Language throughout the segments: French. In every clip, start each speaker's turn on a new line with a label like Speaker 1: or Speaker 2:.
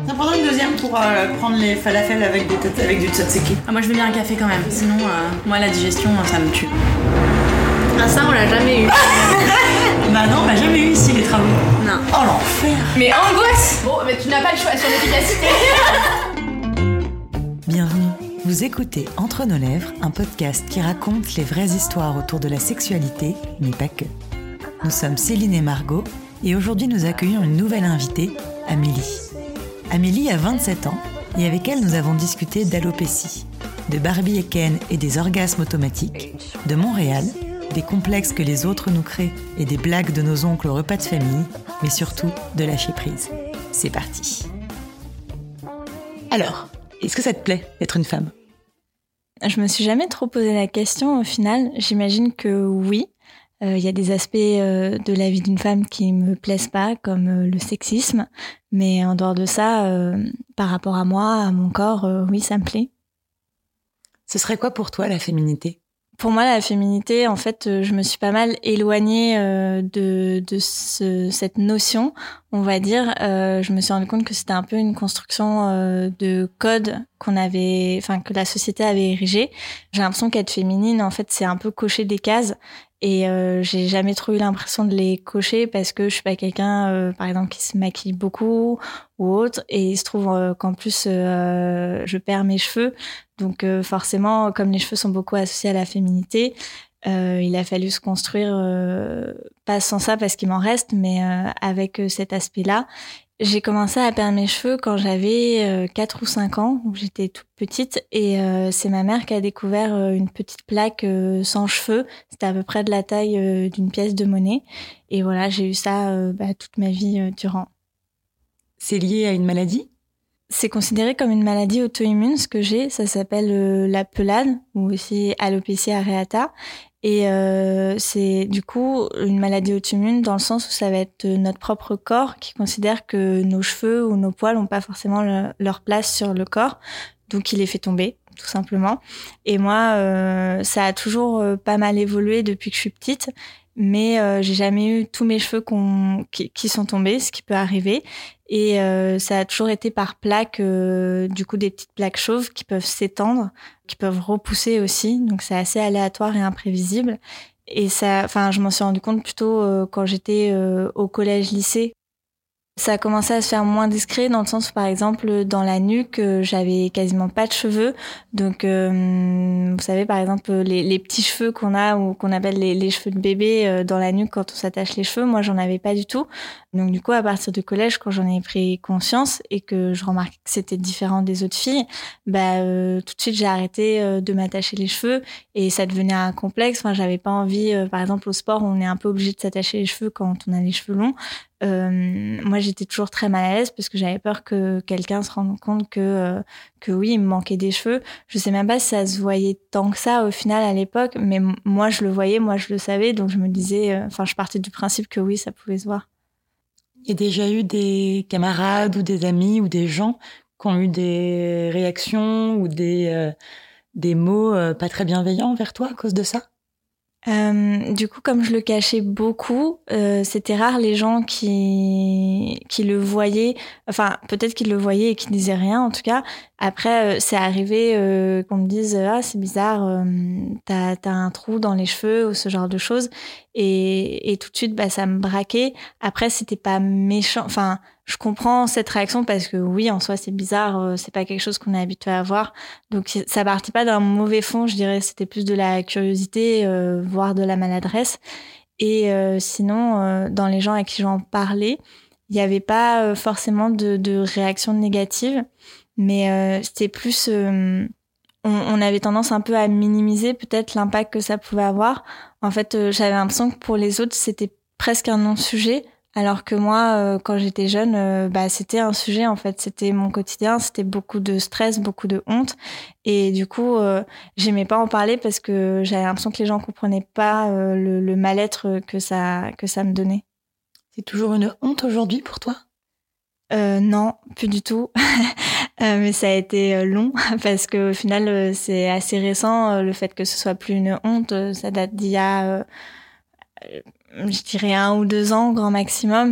Speaker 1: T'en prendras une deuxième pour prendre les falafels avec du tzatziki.
Speaker 2: Ah, moi je veux bien un café quand même, sinon moi la digestion ça me tue.
Speaker 3: Ah ça on l'a jamais eu.
Speaker 1: Bah non, on l'a jamais eu ici les travaux.
Speaker 3: Non.
Speaker 1: Oh l'enfer.
Speaker 3: Mais angoisse. Bon, mais tu n'as pas le choix sur l'efficacité.
Speaker 4: Bienvenue. Vous écoutez Entre nos lèvres, un podcast qui raconte les vraies histoires autour de la sexualité, mais pas que. Nous sommes Céline et Margot, et aujourd'hui nous accueillons une nouvelle invitée, Amélie. Amélie a 27 ans, et avec elle nous avons discuté d'alopécie, de Barbie et Ken et des orgasmes automatiques, de Montréal, des complexes que les autres nous créent et des blagues de nos oncles au repas de famille, mais surtout de lâcher prise. C'est parti. Alors, est-ce que ça te plaît d'être une femme ?
Speaker 2: Je me suis jamais trop posé la question au final. J'imagine que oui. Il y a des aspects de la vie d'une femme qui me plaisent pas, comme le sexisme. Mais en dehors de ça, par rapport à moi, à mon corps, oui, ça me plaît.
Speaker 4: Ce serait quoi pour toi la féminité ?
Speaker 2: Pour moi, la féminité, en fait, je me suis pas mal éloignée de cette notion, on va dire. Je me suis rendu compte que c'était un peu une construction de code que la société avait érigé. J'ai l'impression qu'être féminine, en fait, c'est un peu cocher des cases. Et j'ai jamais trop eu l'impression de les cocher parce que je suis pas quelqu'un, par exemple, qui se maquille beaucoup ou autre. Et il se trouve qu'en plus, je perds mes cheveux. Donc forcément, comme les cheveux sont beaucoup associés à la féminité, il a fallu se construire, pas sans ça parce qu'il m'en reste, mais avec cet aspect-là. J'ai commencé à perdre mes cheveux quand j'avais 4 ou 5 ans, où j'étais toute petite, et c'est ma mère qui a découvert une petite plaque sans cheveux. C'était à peu près de la taille d'une pièce de monnaie. Et voilà, j'ai eu ça toute ma vie durant.
Speaker 4: C'est lié à une maladie ?
Speaker 2: C'est considéré comme une maladie auto-immune, ce que j'ai. Ça s'appelle la pelade, ou aussi alopécie areata. Et c'est du coup une maladie auto-immune dans le sens où ça va être notre propre corps qui considère que nos cheveux ou nos poils n'ont pas forcément leur place sur le corps. Donc il les fait tomber, tout simplement. Et moi, ça a toujours pas mal évolué depuis que je suis petite. Mais j'ai jamais eu tous mes cheveux qui sont tombés, ce qui peut arriver. Et ça a toujours été par plaques, du coup des petites plaques chauves qui peuvent s'étendre, qui peuvent repousser aussi. Donc c'est assez aléatoire et imprévisible. Et je m'en suis rendu compte plutôt quand j'étais au collège-lycée. Ça a commencé à se faire moins discret dans le sens où, par exemple, dans la nuque, j'avais quasiment pas de cheveux. Donc, vous savez, par exemple, les petits cheveux qu'on a ou qu'on appelle les cheveux de bébé dans la nuque quand on s'attache les cheveux, moi, j'en avais pas du tout. Donc, du coup, à partir du collège, quand j'en ai pris conscience et que je remarquais que c'était différent des autres filles, tout de suite, j'ai arrêté de m'attacher les cheveux et ça devenait un complexe. Enfin, j'avais pas envie, par exemple, au sport, on est un peu obligé de s'attacher les cheveux quand on a les cheveux longs. Moi, j'étais toujours très mal à l'aise parce que j'avais peur que quelqu'un se rende compte que oui, il me manquait des cheveux. Je sais même pas si ça se voyait tant que ça au final à l'époque, mais moi, je le voyais, moi, je le savais, donc je me disais, je partais du principe que oui, ça pouvait se voir.
Speaker 4: Il y a déjà eu des camarades ou des amis ou des gens qui ont eu des réactions ou des mots pas très bienveillants envers toi à cause de ça ?
Speaker 2: Du coup, comme je le cachais beaucoup, c'était rare les gens qui le voyaient. Enfin, peut-être qu'ils le voyaient et qu'ils disaient rien, en tout cas. Après, c'est arrivé qu'on me dise « Ah, c'est bizarre, t'as un trou dans les cheveux » ou ce genre de choses. Et tout de suite, ça me braquait. Après, c'était pas méchant. Enfin, je comprends cette réaction parce que oui, en soi, c'est bizarre. C'est pas quelque chose qu'on est habitué à voir. Donc, ça partit pas d'un mauvais fond, je dirais. C'était plus de la curiosité, voire de la maladresse. Et sinon, dans les gens à qui j'en parlais, il y avait pas forcément de réaction négative. Mais c'était plus... on avait tendance un peu à minimiser peut-être l'impact que ça pouvait avoir. En fait, j'avais l'impression que pour les autres, c'était presque un non-sujet. Alors que moi, quand j'étais jeune, c'était un sujet en fait. C'était mon quotidien, c'était beaucoup de stress, beaucoup de honte. Et du coup, j'aimais pas en parler parce que j'avais l'impression que les gens comprenaient pas le mal-être que ça me donnait.
Speaker 4: C'est toujours une honte aujourd'hui pour toi ?
Speaker 2: Non, plus du tout. Mais ça a été long parce qu'au final, c'est assez récent. Le fait que ce soit plus une honte, ça date d'il y a, je dirais 1 ou 2 ans, grand maximum.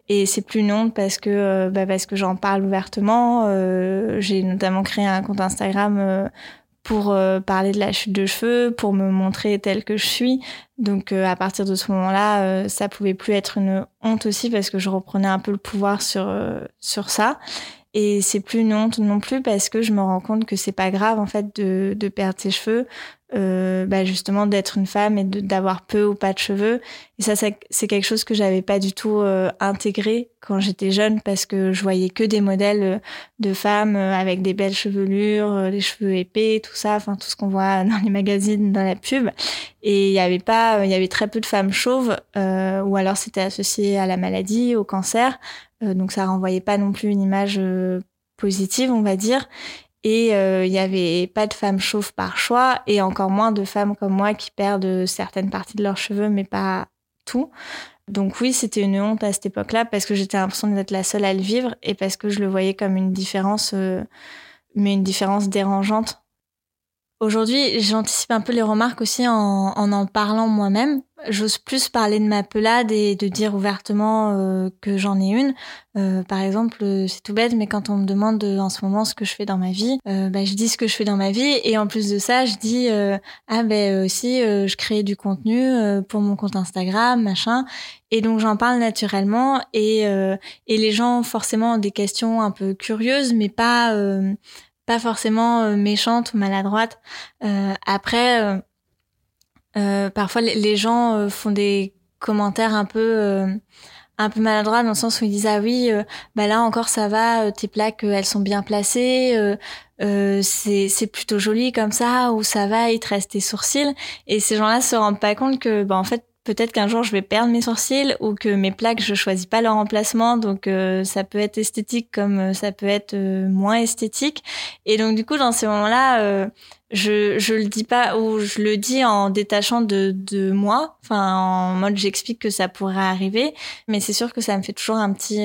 Speaker 2: Et c'est plus une honte parce que j'en parle ouvertement. J'ai notamment créé un compte Instagram pour parler de la chute de cheveux, pour me montrer telle que je suis. Donc à partir de ce moment-là, ça pouvait plus être une honte aussi parce que je reprenais un peu le pouvoir sur ça. Et c'est plus une honte non plus parce que je me rends compte que c'est pas grave en fait de perdre ses cheveux, justement d'être une femme et d'avoir peu ou pas de cheveux. Et ça c'est quelque chose que j'avais pas du tout intégré quand j'étais jeune parce que je voyais que des modèles de femmes avec des belles chevelures, des cheveux épais, tout ça, enfin tout ce qu'on voit dans les magazines, dans la pub. Et il y avait très peu de femmes chauves, ou alors c'était associé à la maladie, au cancer. Donc ça renvoyait pas non plus une image positive, on va dire. Et il y avait pas de femmes chauves par choix, et encore moins de femmes comme moi qui perdent certaines parties de leurs cheveux, mais pas tout. Donc oui, c'était une honte à cette époque-là, parce que j'étais l'impression d'être la seule à le vivre, et parce que je le voyais comme une différence, mais une différence dérangeante. Aujourd'hui, j'anticipe un peu les remarques aussi en parlant moi-même. J'ose plus parler de ma pelade et de dire ouvertement que j'en ai une. Par exemple, c'est tout bête, mais quand on me demande en ce moment ce que je fais dans ma vie, je dis ce que je fais dans ma vie. Et en plus de ça, je dis aussi je crée du contenu pour mon compte Instagram, machin. Et donc j'en parle naturellement. Et les gens forcément ont des questions un peu curieuses, mais pas forcément méchante ou maladroite. Après, parfois les gens font des commentaires un peu maladroits dans le sens où ils disent ah oui, là encore ça va, tes plaques elles sont bien placées, c'est plutôt joli comme ça, ou ça va, il te reste tes sourcils. Et ces gens-là se rendent pas compte que en fait peut-être qu'un jour je vais perdre mes sourcils, ou que mes plaques je choisis pas leur emplacement, donc ça peut être esthétique comme ça peut être moins esthétique. Et donc du coup dans ces moments-là je le dis pas, ou je le dis en détachant de moi, enfin en mode j'explique que ça pourrait arriver, mais c'est sûr que ça me fait toujours un petit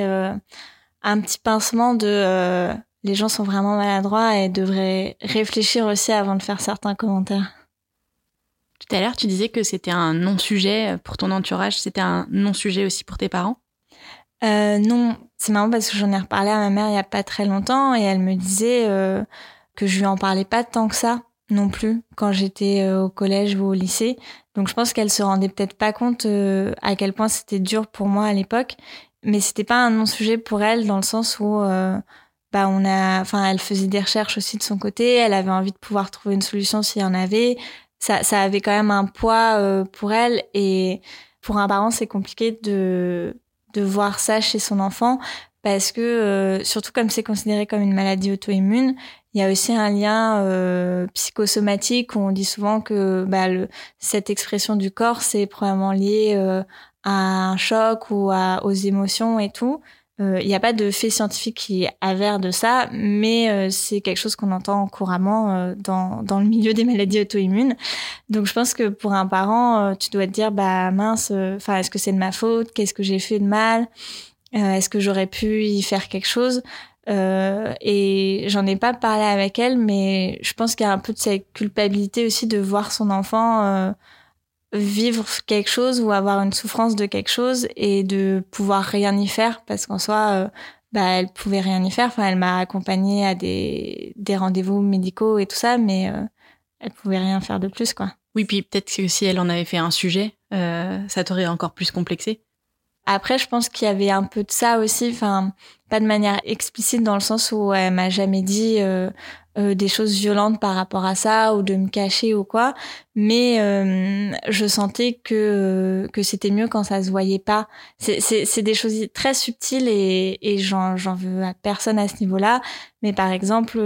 Speaker 2: pincement de les gens sont vraiment maladroits et devraient réfléchir aussi avant de faire certains commentaires.
Speaker 5: Tout à l'heure, tu disais que c'était un non-sujet pour ton entourage. C'était un non-sujet aussi pour tes parents ?
Speaker 2: Non, c'est marrant parce que j'en ai reparlé à ma mère il y a pas très longtemps, et elle me disait que je lui en parlais pas tant que ça non plus quand j'étais au collège ou au lycée. Donc je pense qu'elle se rendait peut-être pas compte à quel point c'était dur pour moi à l'époque, mais c'était pas un non-sujet pour elle dans le sens où elle faisait des recherches aussi de son côté, elle avait envie de pouvoir trouver une solution s'il y en avait. Ça avait quand même un poids pour elle, et pour un parent c'est compliqué de voir ça chez son enfant, parce que surtout comme c'est considéré comme une maladie auto-immune, il y a aussi un lien psychosomatique où on dit souvent que cette expression du corps c'est probablement lié à un choc ou aux émotions et tout. Il n'y a pas de fait scientifique qui avère de ça, mais c'est quelque chose qu'on entend couramment dans le milieu des maladies auto-immunes. Donc je pense que pour un parent, tu dois te dire mince, est-ce que c'est de ma faute ? Qu'est-ce que j'ai fait de mal ? Est-ce que j'aurais pu y faire quelque chose ? Et j'en ai pas parlé avec elle, mais je pense qu'il y a un peu de cette culpabilité aussi de voir son enfant vivre quelque chose ou avoir une souffrance de quelque chose et de pouvoir rien y faire, parce qu'en soi elle pouvait rien y faire. Elle m'a accompagnée à des rendez-vous médicaux et tout ça, mais elle pouvait rien faire de plus, quoi.
Speaker 5: Oui, puis peut-être que si elle en avait fait un sujet, ça t'aurait encore plus complexé.
Speaker 2: Après, je pense qu'il y avait un peu de ça aussi, pas de manière explicite dans le sens où elle m'a jamais dit des choses violentes par rapport à ça, ou de me cacher ou quoi, mais je sentais que c'était mieux quand ça se voyait pas. C'est des choses très subtiles, et j'en veux à personne à ce niveau-là. Mais par exemple,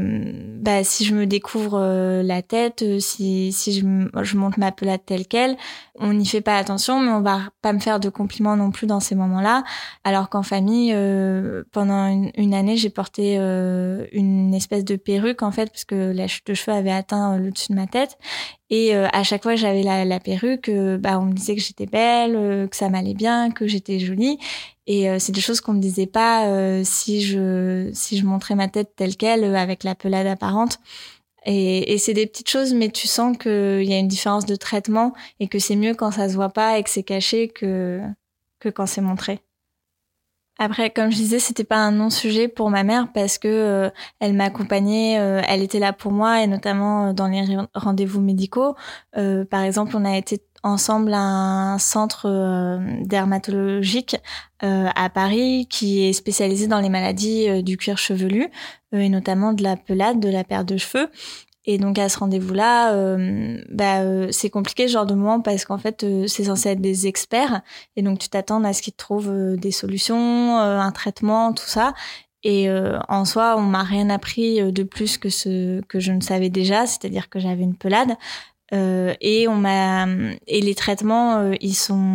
Speaker 2: si je me découvre la tête, si je monte ma pelade telle quelle, on n'y fait pas attention, mais on va pas me faire de compliments non plus dans ces moments-là. Alors qu'en famille, pendant une année, j'ai porté une espèce de perruque, en fait, parce que la chute de cheveux avait atteint le dessus de ma tête. Et à chaque fois que j'avais la perruque, on me disait que j'étais belle, que ça m'allait bien, que j'étais jolie. Et c'est des choses qu'on me disait pas si je montrais ma tête telle quelle, avec la pelade apparente. Et c'est des petites choses, mais tu sens qu'il y a une différence de traitement, et que c'est mieux quand ça se voit pas et que c'est caché que quand c'est montré. Après, comme je disais, c'était pas un non-sujet pour ma mère parce que elle m'accompagnait, elle était là pour moi et notamment dans les rendez-vous médicaux. Par exemple, on a été ensemble à un centre dermatologique à Paris qui est spécialisé dans les maladies du cuir chevelu et notamment de la pelade, de la perte de cheveux. Et donc à ce rendez-vous-là, c'est compliqué ce genre de moment parce qu'en fait c'est censé être des experts et donc tu t'attends à ce qu'ils te trouvent des solutions, un traitement, tout ça. Et en soi, on m'a rien appris de plus que ce que je ne savais déjà, c'est-à-dire que j'avais une pelade. Et les traitements, ils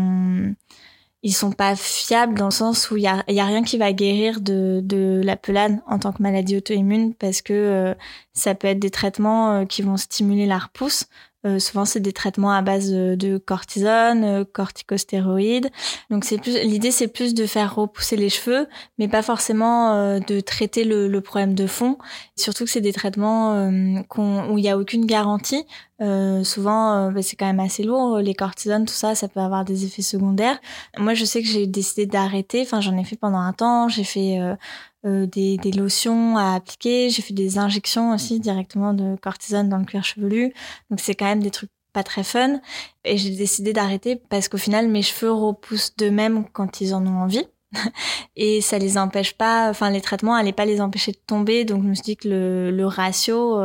Speaker 2: sont pas fiables dans le sens où il y a rien qui va guérir de la pelade en tant que maladie auto-immune parce que ça peut être des traitements qui vont stimuler la repousse. Souvent, c'est des traitements à base de cortisone, corticostéroïdes. Donc, l'idée, c'est plus de faire repousser les cheveux, mais pas forcément de traiter le problème de fond. Surtout que c'est des traitements où il y a aucune garantie. Souvent, c'est quand même assez lourd. Les cortisones, tout ça, ça peut avoir des effets secondaires. Moi, je sais que j'ai décidé d'arrêter. Enfin, j'en ai fait pendant un temps. J'ai fait des lotions à appliquer. J'ai fait des injections aussi directement de cortisone dans le cuir chevelu. Donc, c'est quand même des trucs pas très fun. Et j'ai décidé d'arrêter parce qu'au final, mes cheveux repoussent d'eux-mêmes quand ils en ont envie. Et ça les empêche pas, enfin, les traitements allaient pas les empêcher de tomber. Donc, je me suis dit que le ratio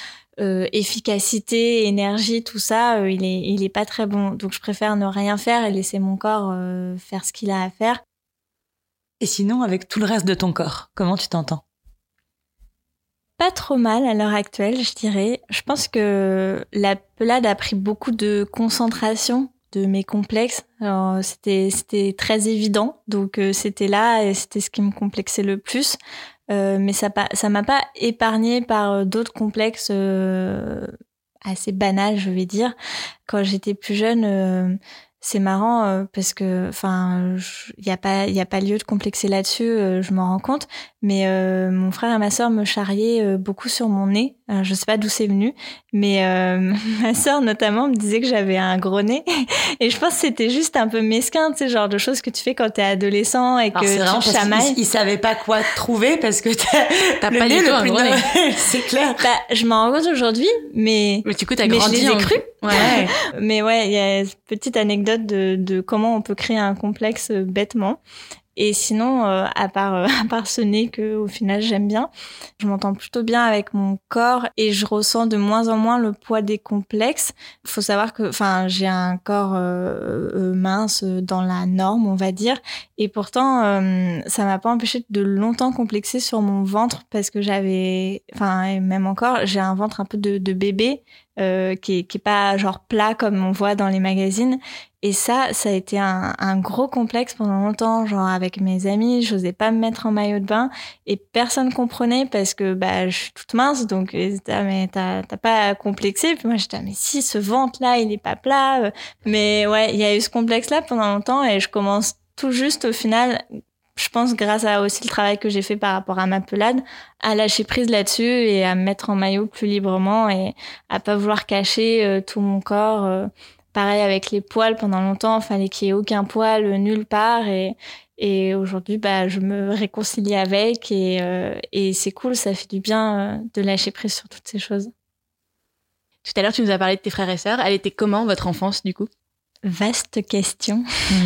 Speaker 2: efficacité, énergie, tout ça, il est pas très bon. Donc, je préfère ne rien faire et laisser mon corps faire ce qu'il a à faire.
Speaker 4: Et sinon, avec tout le reste de ton corps, comment tu t'entends ?
Speaker 2: Pas trop mal à l'heure actuelle, je dirais. Je pense que la pelade a pris beaucoup de concentration de mes complexes. Alors, c'était très évident, donc c'était là et c'était ce qui me complexait le plus. Mais ça m'a pas épargnée par d'autres complexes assez banals, je vais dire. Quand j'étais plus jeune, c'est marrant parce que, enfin, il y a pas lieu de complexer là-dessus, je m'en rends compte. Mais mon frère et ma sœur me charriaient beaucoup sur mon nez. Alors, je sais pas d'où c'est venu, mais ma sœur notamment me disait que j'avais un gros nez. Et je pense que c'était juste un peu mesquin, tu sais, genre de choses que tu fais quand t'es adolescent et que tu te chamailles.
Speaker 4: Ils savaient pas quoi trouver parce que t'as
Speaker 5: pas du tout un gros nez.
Speaker 4: C'est clair.
Speaker 2: Je m'en rends compte aujourd'hui, mais
Speaker 5: du coup, t'as grandi.
Speaker 2: Je les ai cru.
Speaker 5: Ouais.
Speaker 2: Mais ouais, il y a une petite anecdote de comment on peut créer un complexe bêtement. Et sinon, à part ce nez que au final j'aime bien, je m'entends plutôt bien avec mon corps et je ressens de moins en moins le poids des complexes. Il faut savoir que, enfin, j'ai un corps mince dans la norme, on va dire, et pourtant ça m'a pas empêché de longtemps complexer sur mon ventre parce que j'avais, enfin, et même encore, j'ai un ventre un peu de bébé. Qui est pas genre plat comme on voit dans les magazines. Et ça a été un gros complexe pendant longtemps, genre avec mes amis, j'osais pas me mettre en maillot de bain et personne comprenait parce que je suis toute mince, donc ils étaient, ah, mais t'as pas complexé. Puis moi j'étais, ah, mais si, ce ventre-là, il est pas plat. Mais ouais, il y a eu ce complexe-là pendant longtemps et je commence tout juste au final, je pense grâce à aussi le travail que j'ai fait par rapport à ma pelade, à lâcher prise là-dessus et à me mettre en maillot plus librement et à pas vouloir cacher tout mon corps. Pareil avec les poils, pendant longtemps, il fallait qu'il y ait aucun poil nulle part et aujourd'hui, je me réconcilie avec et c'est cool, ça fait du bien de lâcher prise sur toutes ces choses.
Speaker 5: Tout à l'heure, tu nous as parlé de tes frères et sœurs. Elle était comment, votre enfance, du coup ?
Speaker 2: Vaste question.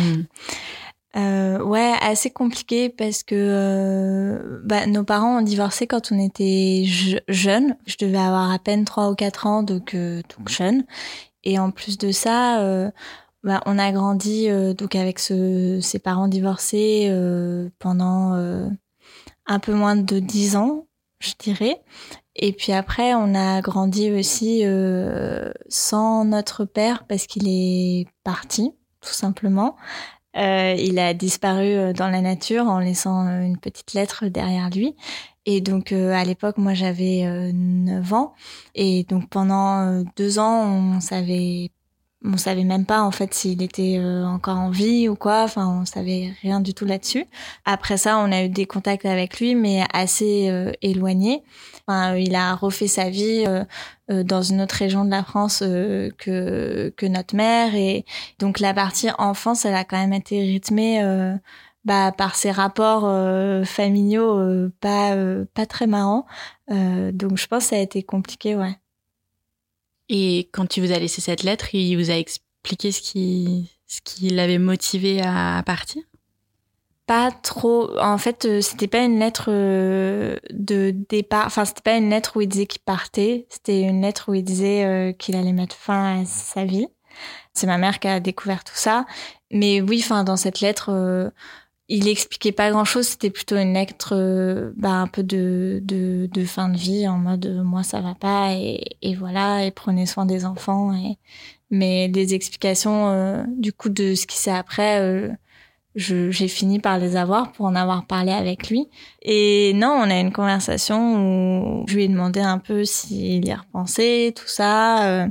Speaker 2: Ouais, assez compliqué parce que nos parents ont divorcé quand on était jeunes. Je devais avoir à peine 3 ou 4 ans, donc jeune. Et en plus de ça, on a grandi donc avec ses parents divorcés pendant un peu moins de 10 ans, je dirais. Et puis après, on a grandi aussi sans notre père parce qu'il est parti, tout simplement. Il a disparu dans la nature en laissant une petite lettre derrière lui. Et donc, à l'époque, moi, j'avais 9 ans. Et donc, pendant 2 ans, on savait même pas, en fait, s'il était encore en vie ou quoi. Enfin, on savait rien du tout là-dessus. Après ça, on a eu des contacts avec lui, mais assez éloignés. Enfin, il a refait sa vie dans une autre région de la France que notre mère. Et donc, la partie enfance, elle a quand même été rythmée par ses rapports familiaux pas très marrants. Donc je pense que ça a été compliqué, ouais.
Speaker 5: Et quand tu vous as laissé cette lettre, il vous a expliqué ce qui l'avait motivé à partir?
Speaker 2: Pas trop. En fait, c'était pas une lettre de départ. Enfin, c'était pas une lettre où il disait qu'il partait. C'était une lettre où il disait qu'il allait mettre fin à sa vie. C'est ma mère qui a découvert tout ça. Mais oui, enfin, dans cette lettre, il expliquait pas grand-chose. C'était plutôt une lettre, un peu de fin de vie, en mode moi ça va pas et voilà, et prenez soin des enfants. Mais des explications du coup de ce qui s'est après. J'ai fini par les avoir pour en avoir parlé avec lui. Et non, on a eu une conversation où je lui ai demandé un peu s'il y repensait, tout ça.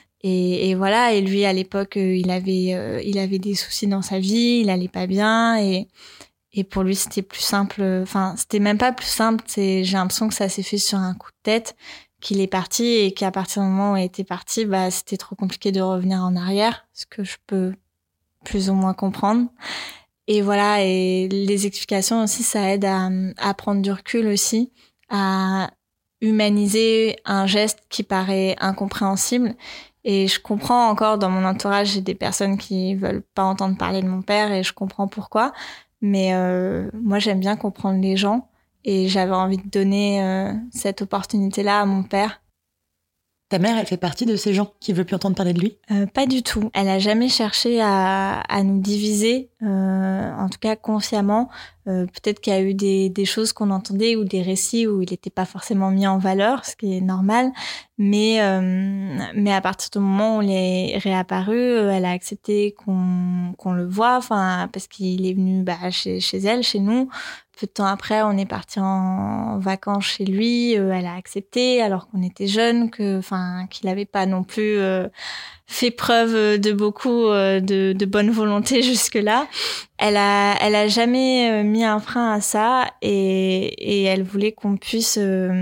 Speaker 2: Et voilà. Et lui, à l'époque, il avait des soucis dans sa vie, il allait pas bien. Et pour lui, c'était plus simple. Enfin, c'était même pas plus simple. J'ai l'impression que ça s'est fait sur un coup de tête, qu'il est parti et qu'à partir du moment où il était parti, c'était trop compliqué de revenir en arrière, ce que je peux plus ou moins comprendre. Et voilà, et les explications aussi, ça aide à prendre du recul aussi, à humaniser un geste qui paraît incompréhensible. Et je comprends encore, dans mon entourage, j'ai des personnes qui veulent pas entendre parler de mon père et je comprends pourquoi. Mais moi, j'aime bien comprendre les gens et j'avais envie de donner cette opportunité-là à mon père.
Speaker 4: Ta mère, elle fait partie de ces gens qui veulent plus entendre parler de lui?
Speaker 2: Pas du tout. Elle a jamais cherché à nous diviser, en tout cas consciemment. Peut-être qu'il y a eu des choses qu'on entendait ou des récits où il n'était pas forcément mis en valeur, ce qui est normal. Mais à partir du moment où il est réapparu, elle a accepté qu'on le voie, enfin parce qu'il est venu chez elle, chez nous. Peu de temps après, on est parti en vacances chez lui. Elle a accepté, alors qu'on était jeunes, qu'il n'avait pas non plus fait preuve de beaucoup de bonne volonté jusque-là. Elle a jamais mis un frein à ça et elle voulait qu'on puisse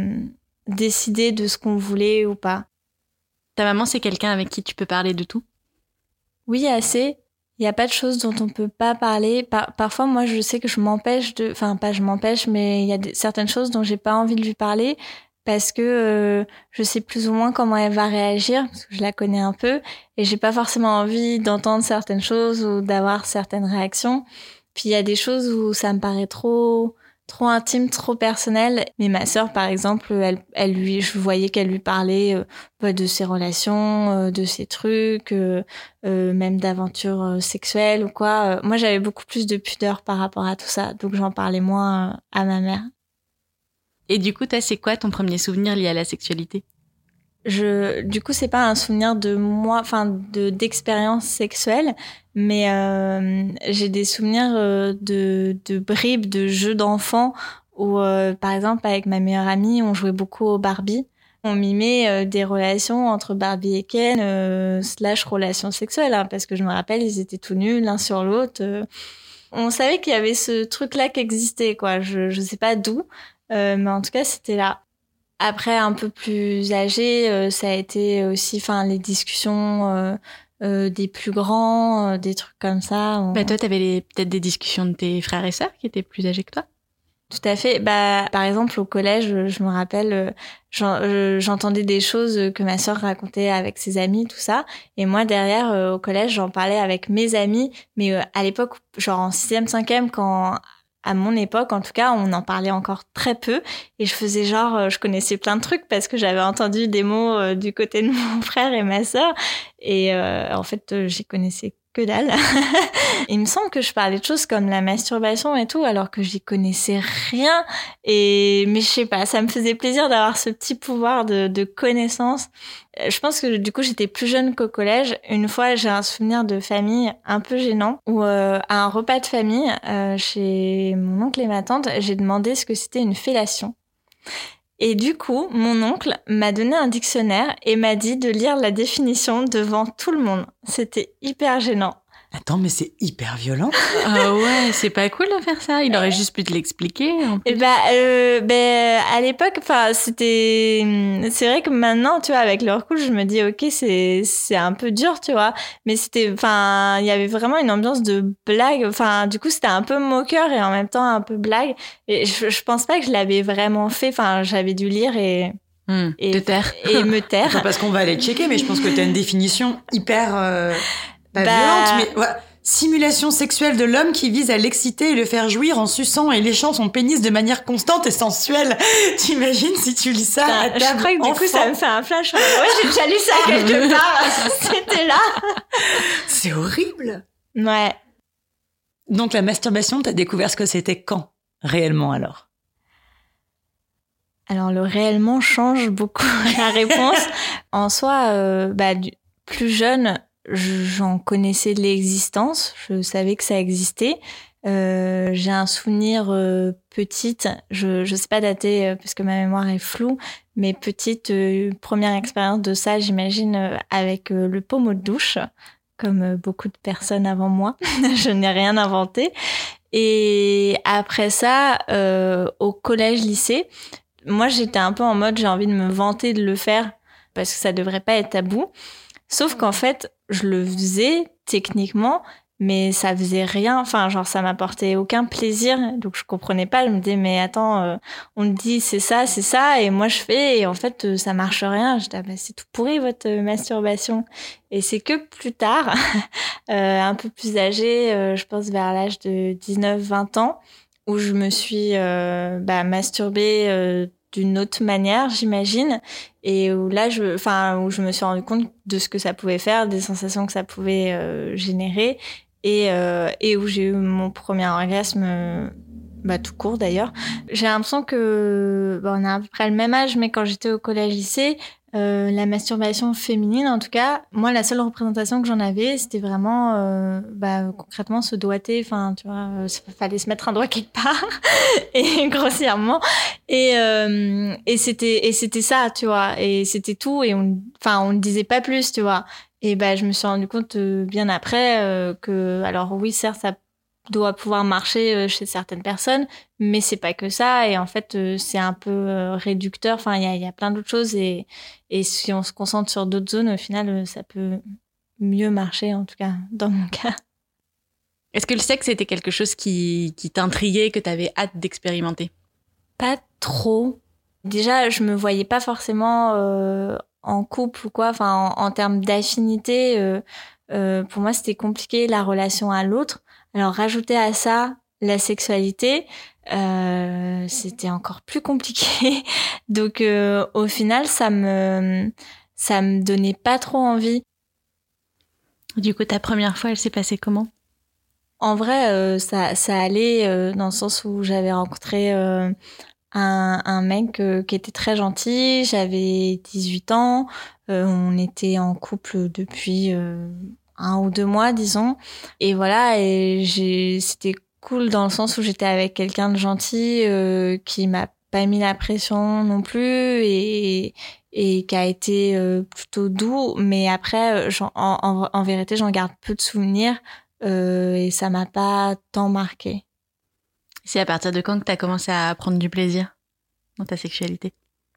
Speaker 2: décider de ce qu'on voulait ou pas.
Speaker 5: Ta maman, c'est quelqu'un avec qui tu peux parler de tout?
Speaker 2: Oui, assez. Il n'y a pas de choses dont on ne peut pas parler. Parfois, moi, je sais que je m'empêche de... Enfin, pas je m'empêche, mais il y a certaines choses dont j'ai pas envie de lui parler parce que je sais plus ou moins comment elle va réagir, parce que je la connais un peu, et j'ai pas forcément envie d'entendre certaines choses ou d'avoir certaines réactions. Puis il y a des choses où ça me paraît trop intime, trop personnel. Mais ma sœur, par exemple, je voyais qu'elle lui parlait de ses relations, de ses trucs, même d'aventures sexuelles ou quoi. Moi, j'avais beaucoup plus de pudeur par rapport à tout ça, donc j'en parlais moins à ma mère.
Speaker 5: Et du coup, c'est quoi ton premier souvenir lié à la sexualité?
Speaker 2: Du coup, c'est pas un souvenir de moi, enfin d'expérience sexuelle, mais j'ai des souvenirs de bribes, de jeux d'enfants où, par exemple, avec ma meilleure amie, on jouait beaucoup au Barbie. On mimait des relations entre Barbie et Ken, / relations sexuelles, hein, parce que je me rappelle, ils étaient tout nus l'un sur l'autre. On savait qu'il y avait ce truc-là qui existait, quoi. Je sais pas d'où, mais en tout cas, c'était là. Après, un peu plus âgée, ça a été aussi les discussions des plus grands, des trucs comme ça.
Speaker 5: Toi, t'avais peut-être des discussions de tes frères et sœurs qui étaient plus âgés que toi?
Speaker 2: Tout à fait. Par exemple, au collège, je me rappelle, j'entendais des choses que ma sœur racontait avec ses amis, tout ça. Et moi, derrière, au collège, j'en parlais avec mes amis. Mais à l'époque, genre en 6e, 5e, à mon époque, en tout cas, on en parlait encore très peu. Et je faisais je connaissais plein de trucs parce que j'avais entendu des mots du côté de mon frère et ma sœur. Et en fait, j'y connaissais que dalle. Il me semble que je parlais de choses comme la masturbation et tout, alors que j'y connaissais rien. Mais je sais pas, ça me faisait plaisir d'avoir ce petit pouvoir de connaissance. Je pense que du coup, j'étais plus jeune qu'au collège. Une fois, j'ai un souvenir de famille un peu gênant où à un repas de famille chez mon oncle et ma tante, j'ai demandé ce que c'était une fellation. Et du coup, mon oncle m'a donné un dictionnaire et m'a dit de lire la définition devant tout le monde. C'était hyper gênant.
Speaker 4: Attends, mais c'est hyper violent.
Speaker 5: Ah ouais, c'est pas cool de faire ça. Il aurait juste pu te l'expliquer.
Speaker 2: Et à l'époque, enfin, c'est vrai que maintenant, tu vois, avec le recul, je me dis, ok, c'est un peu dur, tu vois, mais il y avait vraiment une ambiance de blague. Enfin, du coup, c'était un peu moqueur et en même temps un peu blague. Et je pense pas que je l'avais vraiment fait. Enfin, j'avais dû lire et
Speaker 5: te taire.
Speaker 2: Et me taire.
Speaker 4: Attends, parce qu'on va aller checker, mais je pense que t'as une définition hyper pas violente, mais voilà. Simulation sexuelle de l'homme qui vise à l'exciter et le faire jouir en suçant et léchant son pénis de manière constante et sensuelle. T'imagines si tu lis ça à table?
Speaker 2: Je crois que du coup, ça me fait un flash. Ouais, j'ai déjà lu ça quelque part. C'était là.
Speaker 4: C'est horrible.
Speaker 2: Ouais.
Speaker 4: Donc la masturbation, t'as découvert ce que c'était quand? Réellement alors?
Speaker 2: Alors le réellement change beaucoup la réponse. En soi, plus jeune, j'en connaissais de l'existence. Je savais que ça existait. J'ai un souvenir petite, je sais pas dater parce que ma mémoire est floue, mais petite première expérience de ça, j'imagine, avec le pommeau de douche, comme beaucoup de personnes avant moi. Je n'ai rien inventé. Et après ça, au collège-lycée, moi, j'étais un peu en mode, j'ai envie de me vanter de le faire parce que ça devrait pas être tabou. Sauf qu'en fait, je le faisais techniquement, mais ça faisait rien. Enfin, genre, ça m'apportait aucun plaisir. Donc, je comprenais pas. Je me disais, mais attends, on me dit c'est ça, et moi, je fais. Et en fait, ça marche rien. Je dis, c'est tout pourri, votre masturbation. Et c'est que plus tard, un peu plus âgée, je pense vers l'âge de 19-20 ans, où je me suis masturbée d'une autre manière, j'imagine, et où là, où je me suis rendu compte de ce que ça pouvait faire, des sensations que ça pouvait générer, et où j'ai eu mon premier orgasme, tout court d'ailleurs. J'ai l'impression que on a à peu près le même âge, mais quand j'étais au collège-lycée, la masturbation féminine, en tout cas, moi, la seule représentation que j'en avais, c'était vraiment, concrètement, se doigter. Enfin, tu vois, fallait se mettre un doigt quelque part, et grossièrement. Et c'était ça, tu vois. Et c'était tout. Et on ne disait pas plus, tu vois. Et je me suis rendu compte bien après que, alors oui, certes, ça doit pouvoir marcher chez certaines personnes, mais c'est pas que ça. Et en fait, c'est un peu réducteur. Enfin, il y a plein d'autres choses. Et si on se concentre sur d'autres zones, au final, ça peut mieux marcher, en tout cas, dans mon cas.
Speaker 5: Est-ce que le sexe était quelque chose qui t'intriguait, que t'avais hâte d'expérimenter?
Speaker 2: Pas trop. Déjà, je me voyais pas forcément en couple ou quoi. Enfin, en termes d'affinité, pour moi, c'était compliqué, la relation à l'autre. Alors, rajouter à ça la sexualité, c'était encore plus compliqué. Donc, au final, ça me donnait pas trop envie.
Speaker 5: Du coup, ta première fois, elle s'est passée comment?
Speaker 2: En vrai, ça allait dans le sens où j'avais rencontré un mec qui était très gentil. J'avais 18 ans. On était en couple depuis 1 ou 2 mois, disons. Et voilà, c'était cool dans le sens où j'étais avec quelqu'un de gentil qui m'a pas mis la pression non plus et qui a été plutôt doux. Mais après, en vérité, j'en garde peu de souvenirs et ça m'a pas tant marqué.
Speaker 5: C'est à partir de quand que tu as commencé à prendre du plaisir dans ta sexualité?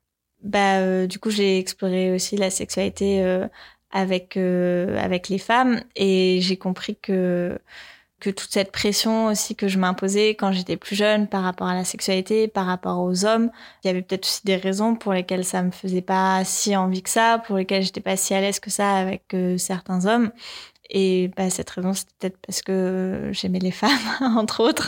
Speaker 2: Du coup, j'ai exploré aussi la sexualité avec les femmes et j'ai compris que toute cette pression aussi que je m'imposais quand j'étais plus jeune par rapport à la sexualité, par rapport aux hommes, il y avait peut-être aussi des raisons pour lesquelles ça me faisait pas si envie que ça, pour lesquelles j'étais pas si à l'aise que ça avec certains hommes. Et cette raison, c'était peut-être parce que j'aimais les femmes, entre autres.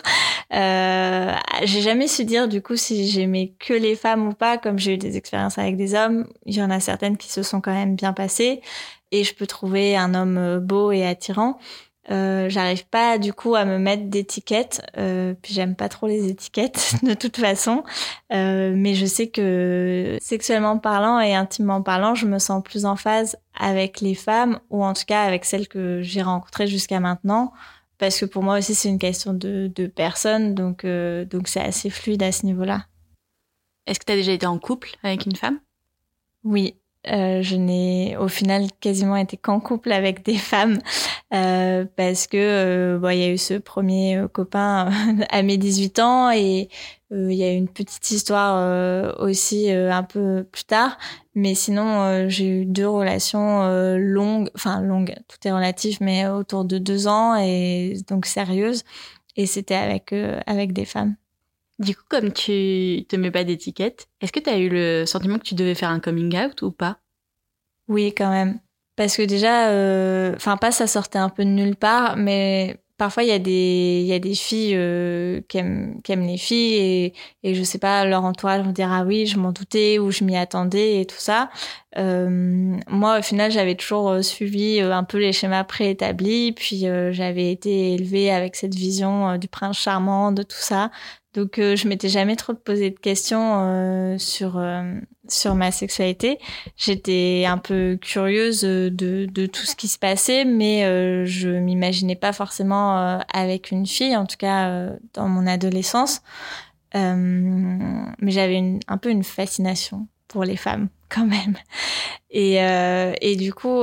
Speaker 2: J'ai jamais su dire, du coup, si j'aimais que les femmes ou pas. Comme j'ai eu des expériences avec des hommes, il y en a certaines qui se sont quand même bien passées. Et je peux trouver un homme beau et attirant. J'arrive pas, du coup, à me mettre d'étiquettes. Puis j'aime pas trop les étiquettes, de toute façon. Mais je sais que, sexuellement parlant et intimement parlant, je me sens plus en phase avec les femmes, ou en tout cas avec celles que j'ai rencontrées jusqu'à maintenant. Parce que pour moi aussi, c'est une question de personne. Donc c'est assez fluide à ce niveau-là.
Speaker 5: Est-ce que tu as déjà été en couple avec une femme?
Speaker 2: Oui. je n'ai au final quasiment été qu'en couple avec des femmes parce que il y a eu ce premier copain à mes 18 ans et il y a eu une petite histoire aussi un peu plus tard. Mais sinon, j'ai eu 2 relations longues, tout est relatif, mais autour de 2 ans et donc sérieuses. Et c'était avec des femmes.
Speaker 5: Du coup, comme tu te mets pas d'étiquette, est-ce que tu as eu le sentiment que tu devais faire un coming out ou pas?
Speaker 2: Oui, quand même. Parce que déjà, ça sortait un peu de nulle part, mais parfois il y a des filles qui aiment les filles et je sais pas, leur entourage vont dire ah oui, je m'en doutais ou je m'y attendais et tout ça. Moi, au final, j'avais toujours suivi un peu les schémas préétablis, puis j'avais été élevée avec cette vision du prince charmant, de tout ça. Donc, je m'étais jamais trop posé de questions sur ma sexualité. J'étais un peu curieuse de tout ce qui se passait, mais je m'imaginais pas forcément avec une fille, en tout cas dans mon adolescence. Mais j'avais un peu une fascination pour les femmes, quand même. Et du coup,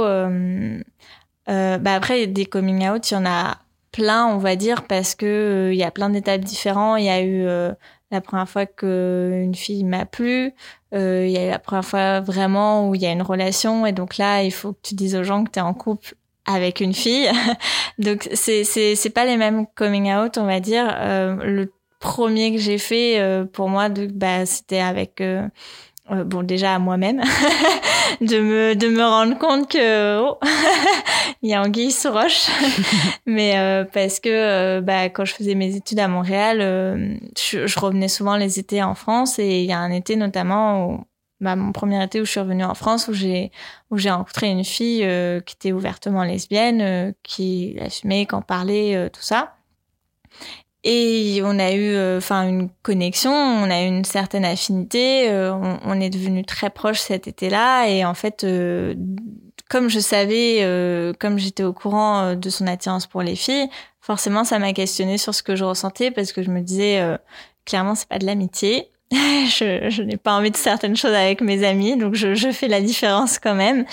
Speaker 2: après, des coming out, il y en a plein, on va dire, parce que il y a plein d'étapes différents. Il y a eu la première fois qu'une fille m'a plu, il y a eu la première fois vraiment où il y a une relation, et donc là, il faut que tu dises aux gens que tu es en couple avec une fille. Donc, c'est pas les mêmes coming out, on va dire. Le premier que j'ai fait, pour moi, c'était avec... déjà à moi-même, de me rendre compte que il y a anguille sous roche. Mais parce que quand je faisais mes études à Montréal, je revenais souvent les étés en France, et il y a un été notamment où, mon premier été où je suis revenue en France, où j'ai rencontré une fille qui était ouvertement lesbienne, qui assumait, qui en parlait, tout ça. Et on a eu une connexion, on a eu une certaine affinité, on est devenus très proches cet été-là, et en fait comme je savais, comme j'étais au courant de son attirance pour les filles, forcément ça m'a questionnée sur ce que je ressentais, parce que je me disais clairement c'est pas de l'amitié. Je n'ai pas envie de certaines choses avec mes amis, donc je fais la différence quand même.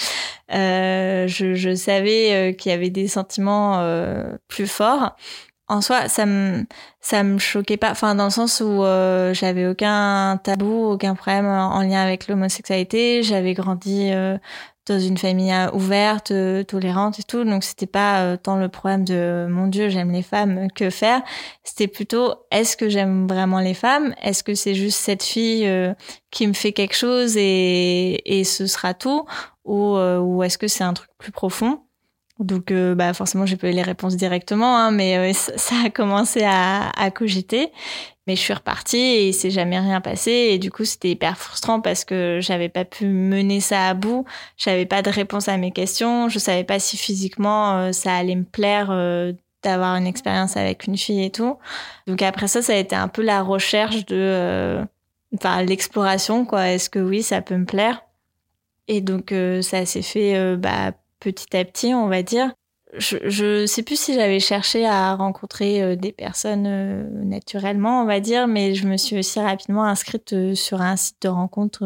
Speaker 2: Je savais qu'il y avait des sentiments plus forts. En soi, ça me choquait pas, dans le sens où j'avais aucun tabou, aucun problème en lien avec l'homosexualité. J'avais grandi dans une famille ouverte, tolérante et tout, donc c'était pas tant le problème de mon Dieu, j'aime les femmes, que faire. C'était plutôt, est-ce que j'aime vraiment les femmes? Est-ce que c'est juste cette fille qui me fait quelque chose et ce sera tout, ou est-ce que c'est un truc plus profond? Donc, forcément, j'ai pas eu les réponses directement, hein, mais ça a commencé à cogiter. Mais je suis repartie et il s'est jamais rien passé. Et du coup, c'était hyper frustrant parce que j'avais pas pu mener ça à bout. J'avais pas de réponse à mes questions. Je savais pas si physiquement ça allait me plaire d'avoir une expérience avec une fille et tout. Donc après ça a été un peu la recherche de... l'exploration, quoi. Est-ce que oui, ça peut me plaire? Et donc, ça s'est fait... petit à petit, on va dire. Je sais plus si j'avais cherché à rencontrer des personnes naturellement, on va dire, mais je me suis aussi rapidement inscrite sur un site de rencontre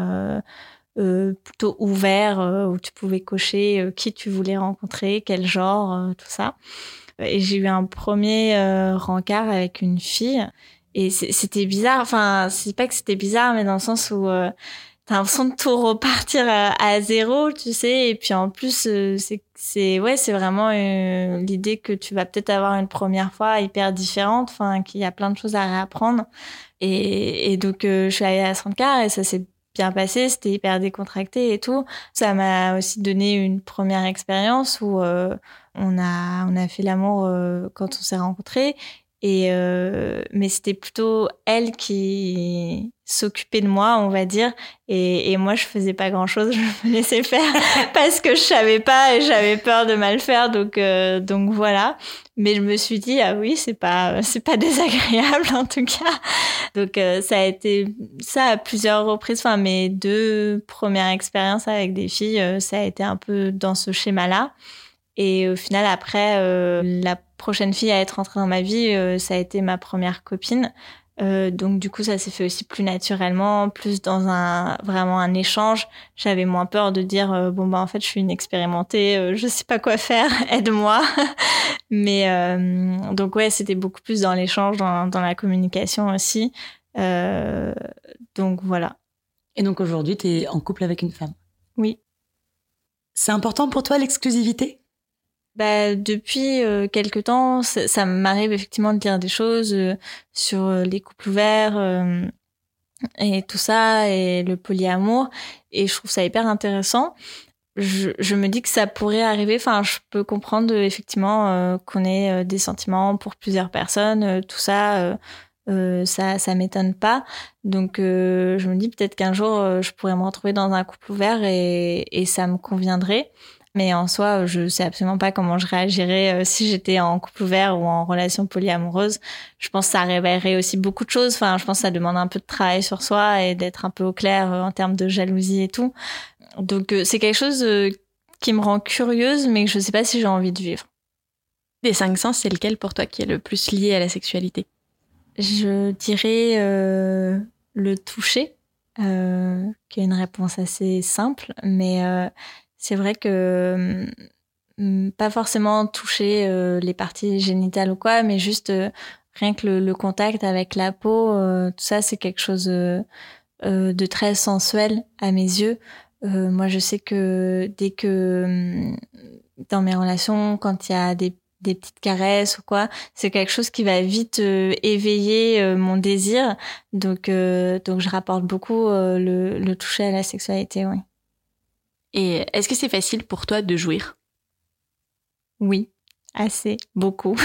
Speaker 2: plutôt ouvert, où tu pouvais cocher qui tu voulais rencontrer, quel genre, tout ça. Et j'ai eu un premier rencard avec une fille, et c'était bizarre. C'est pas que c'était bizarre, mais dans le sens où... t'as l'impression de tout repartir à zéro, tu sais, et puis en plus c'est vraiment l'idée que tu vas peut-être avoir une première fois hyper différente, qu'il y a plein de choses à réapprendre, et donc je suis allée à Sandcar et ça s'est bien passé, c'était hyper décontracté et tout. Ça m'a aussi donné une première expérience où on a fait l'amour quand on s'est rencontrés. Mais c'était plutôt elle qui s'occupait de moi, on va dire, et moi je faisais pas grand chose, je me laissais faire parce que je savais pas et j'avais peur de mal faire, donc voilà. Mais je me suis dit ah oui, c'est pas désagréable en tout cas. Donc ça a été ça à plusieurs reprises. Mes 2 premières expériences avec des filles, ça a été un peu dans ce schéma-là. Et au final, après, la prochaine fille à être entrée dans ma vie, ça a été ma première copine. Donc du coup, ça s'est fait aussi plus naturellement, plus dans vraiment un échange. J'avais moins peur de dire en fait, je suis inexpérimentée, je sais pas quoi faire, aide-moi. Mais donc ouais, c'était beaucoup plus dans l'échange, dans la communication aussi. Donc voilà.
Speaker 4: Et donc aujourd'hui, tu es en couple avec une femme.
Speaker 2: Oui.
Speaker 4: C'est important pour toi l'exclusivité ?
Speaker 2: Depuis quelque temps, ça m'arrive effectivement de lire des choses sur les couples ouverts et tout ça, et le polyamour, et je trouve ça hyper intéressant. Je me dis que ça pourrait arriver, enfin je peux comprendre effectivement qu'on ait des sentiments pour plusieurs personnes, tout ça, ça m'étonne pas. Donc je me dis peut-être qu'un jour je pourrais me retrouver dans un couple ouvert et ça me conviendrait. Mais en soi, je sais absolument pas comment je réagirais si j'étais en couple ouvert ou en relation polyamoureuse. Je pense que ça réveillerait aussi beaucoup de choses. Enfin, je pense que ça demande un peu de travail sur soi et d'être un peu au clair en termes de jalousie et tout. Donc, c'est quelque chose qui me rend curieuse, mais que je sais pas si j'ai envie de vivre.
Speaker 5: Des 5 sens, c'est lequel pour toi qui est le plus lié à la sexualité ?
Speaker 2: Je dirais le toucher, qui est une réponse assez simple, mais c'est vrai que pas forcément toucher les parties génitales ou quoi, mais juste rien que le contact avec la peau, tout ça, c'est quelque chose de très sensuel à mes yeux. Moi, je sais que dès que dans mes relations, quand il y a des petites caresses ou quoi, c'est quelque chose qui va vite éveiller mon désir. Donc je rapporte beaucoup le toucher à la sexualité, oui.
Speaker 5: Et est-ce que c'est facile pour toi de jouir ?
Speaker 2: Oui, assez, beaucoup.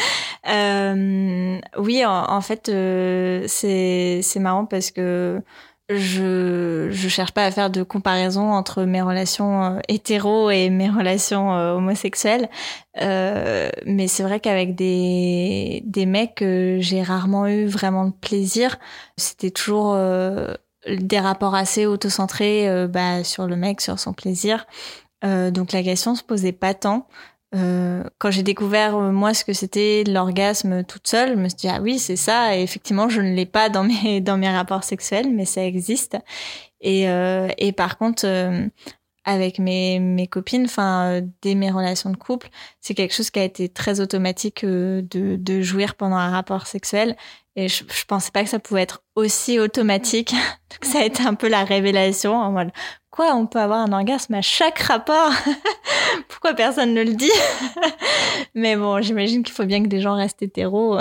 Speaker 2: Oui, en fait, c'est marrant parce que je cherche pas à faire de comparaison entre mes relations hétéro et mes relations homosexuelles. Mais c'est vrai qu'avec des mecs, j'ai rarement eu vraiment de plaisir. C'était toujours des rapports assez autocentrés sur le mec, sur son plaisir. Donc la question se posait pas tant. Quand j'ai découvert moi ce que c'était l'orgasme toute seule, je me suis dit ah oui c'est ça, et effectivement je ne l'ai pas dans mes rapports sexuels, mais ça existe. Et par contre avec mes copines, dès mes relations de couple, c'est quelque chose qui a été très automatique de jouir pendant un rapport sexuel. Et je pensais pas que ça pouvait être aussi automatique. Donc ça a été un peu la révélation en mode quoi, on peut avoir un orgasme à chaque rapport? Pourquoi personne ne le dit? Mais bon, j'imagine qu'il faut bien que des gens restent hétéros.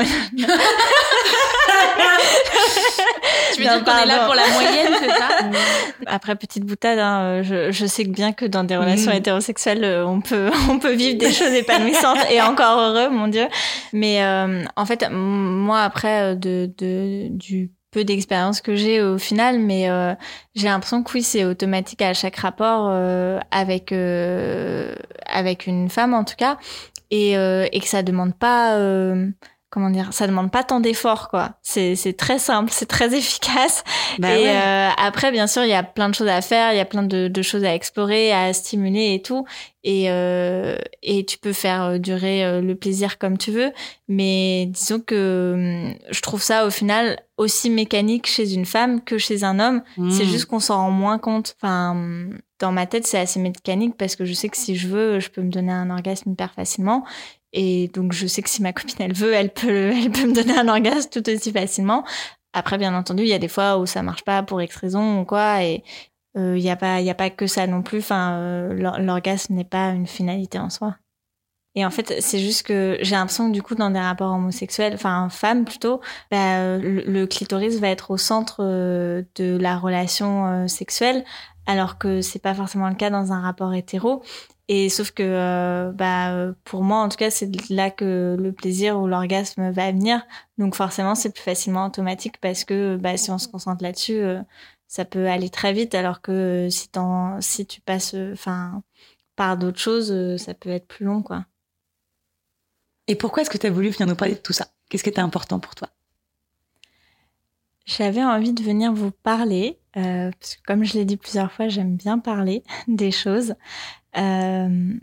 Speaker 5: Tu veux dire qu'on est là pour la moyenne, c'est ça?
Speaker 2: Après, petite boutade, hein, je sais bien que dans des relations hétérosexuelles, on peut vivre des choses épanouissantes et encore heureux, mon Dieu. Mais en fait, moi, après, du peu d'expérience que j'ai au final, mais j'ai l'impression que oui, c'est automatique à chaque rapport avec une femme en tout cas, et que ça demande pas ça demande pas tant d'efforts, quoi. C'est très simple, c'est très efficace. Après, bien sûr, il y a plein de choses à faire, il y a plein de choses à explorer, à stimuler et tout. Et tu peux faire durer le plaisir comme tu veux. Mais disons que je trouve ça, au final, aussi mécanique chez une femme que chez un homme. C'est juste qu'on s'en rend moins compte. Dans ma tête, c'est assez mécanique parce que je sais que si je veux, je peux me donner un orgasme hyper facilement. Et donc, je sais que si ma copine, elle veut, elle peut me donner un orgasme tout aussi facilement. Après, bien entendu, il y a des fois où ça marche pas pour X raison ou quoi. Et il y a pas que ça non plus. L'orgasme n'est pas une finalité en soi. Et en fait, c'est juste que j'ai l'impression que du coup, dans des rapports homosexuels, femmes plutôt, le clitoris va être au centre de la relation sexuelle, alors que c'est pas forcément le cas dans un rapport hétéro. Et sauf que pour moi en tout cas c'est là que le plaisir ou l'orgasme va venir, donc forcément c'est plus facilement automatique parce que si on se concentre là-dessus ça peut aller très vite, alors que si tu passes par d'autres choses ça peut être plus long, quoi.
Speaker 4: Et pourquoi est-ce que tu as voulu venir nous parler de tout ça ? Qu'est-ce qui était important pour toi ?
Speaker 2: J'avais envie de venir vous parler parce que comme je l'ai dit plusieurs fois, j'aime bien parler des choses.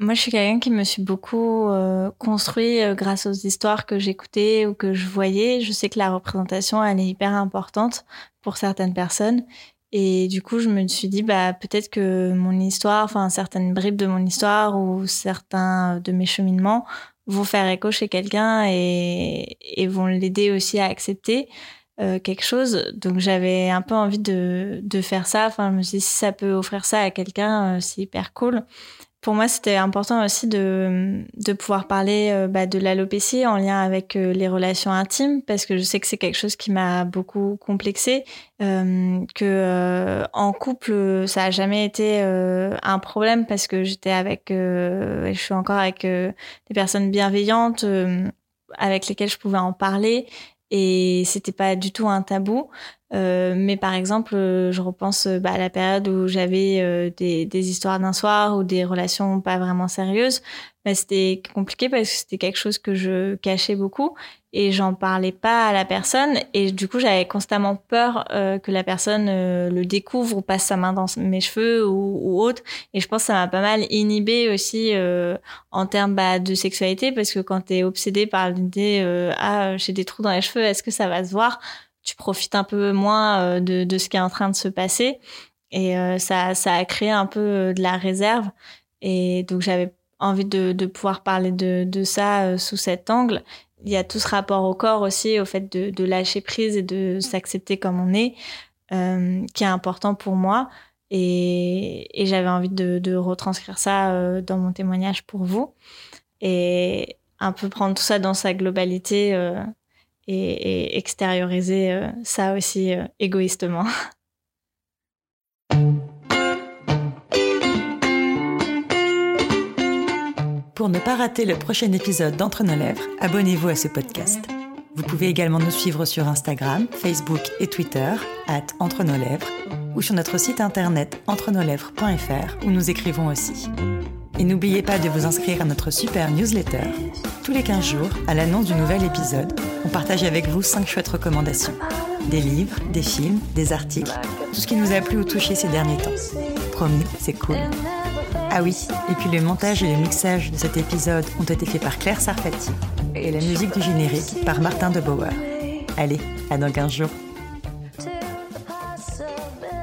Speaker 2: Moi, je suis quelqu'un qui me suis beaucoup construit grâce aux histoires que j'écoutais ou que je voyais. Je sais que la représentation, elle est hyper importante pour certaines personnes. Et du coup, je me suis dit, peut-être que mon histoire, enfin, certaines bribes de mon histoire ou certains de mes cheminements vont faire écho chez quelqu'un et vont l'aider aussi à accepter quelque chose. Donc, j'avais un peu envie de faire ça. Enfin, je me suis dit, si ça peut offrir ça à quelqu'un, c'est hyper cool. Pour moi, c'était important aussi de pouvoir parler de l'alopécie en lien avec les relations intimes, parce que je sais que c'est quelque chose qui m'a beaucoup complexée, en couple, ça a jamais été un problème parce que j'étais avec, et je suis encore avec des personnes bienveillantes avec lesquelles je pouvais en parler et c'était pas du tout un tabou. Mais par exemple, je repense à la période où j'avais des histoires d'un soir ou des relations pas vraiment sérieuses. C'était compliqué parce que c'était quelque chose que je cachais beaucoup et j'en parlais pas à la personne. Et du coup, j'avais constamment peur que la personne le découvre ou passe sa main dans mes cheveux ou autre. Et je pense que ça m'a pas mal inhibée aussi en termes de sexualité parce que quand t'es obsédée par l'idée j'ai des trous dans les cheveux, est-ce que ça va se voir ? Tu profites un peu moins de ce qui est en train de se passer et ça a créé un peu de la réserve et donc j'avais envie de pouvoir parler de ça sous cet angle. Il y a tout ce rapport au corps aussi, au fait de lâcher prise et de s'accepter comme on est, qui est important pour moi et j'avais envie de retranscrire ça dans mon témoignage pour vous et un peu prendre tout ça dans sa globalité et extérioriser ça aussi égoïstement.
Speaker 4: Pour ne pas rater le prochain épisode d'Entre nos lèvres, abonnez-vous à ce podcast. Vous pouvez également nous suivre sur Instagram, Facebook et Twitter @entrenoslèvres ou sur notre site internet entrenoslèvres.fr où nous écrivons aussi. Et n'oubliez pas de vous inscrire à notre super newsletter. Tous les 15 jours, à l'annonce du nouvel épisode, on partage avec vous 5 chouettes recommandations. Des livres, des films, des articles, tout ce qui nous a plu ou touché ces derniers temps. Promis, c'est cool. Ah oui, et puis le montage et le mixage de cet épisode ont été faits par Claire Sarfati et la musique du générique par Martin de Bauer. Allez, à dans 15 jours.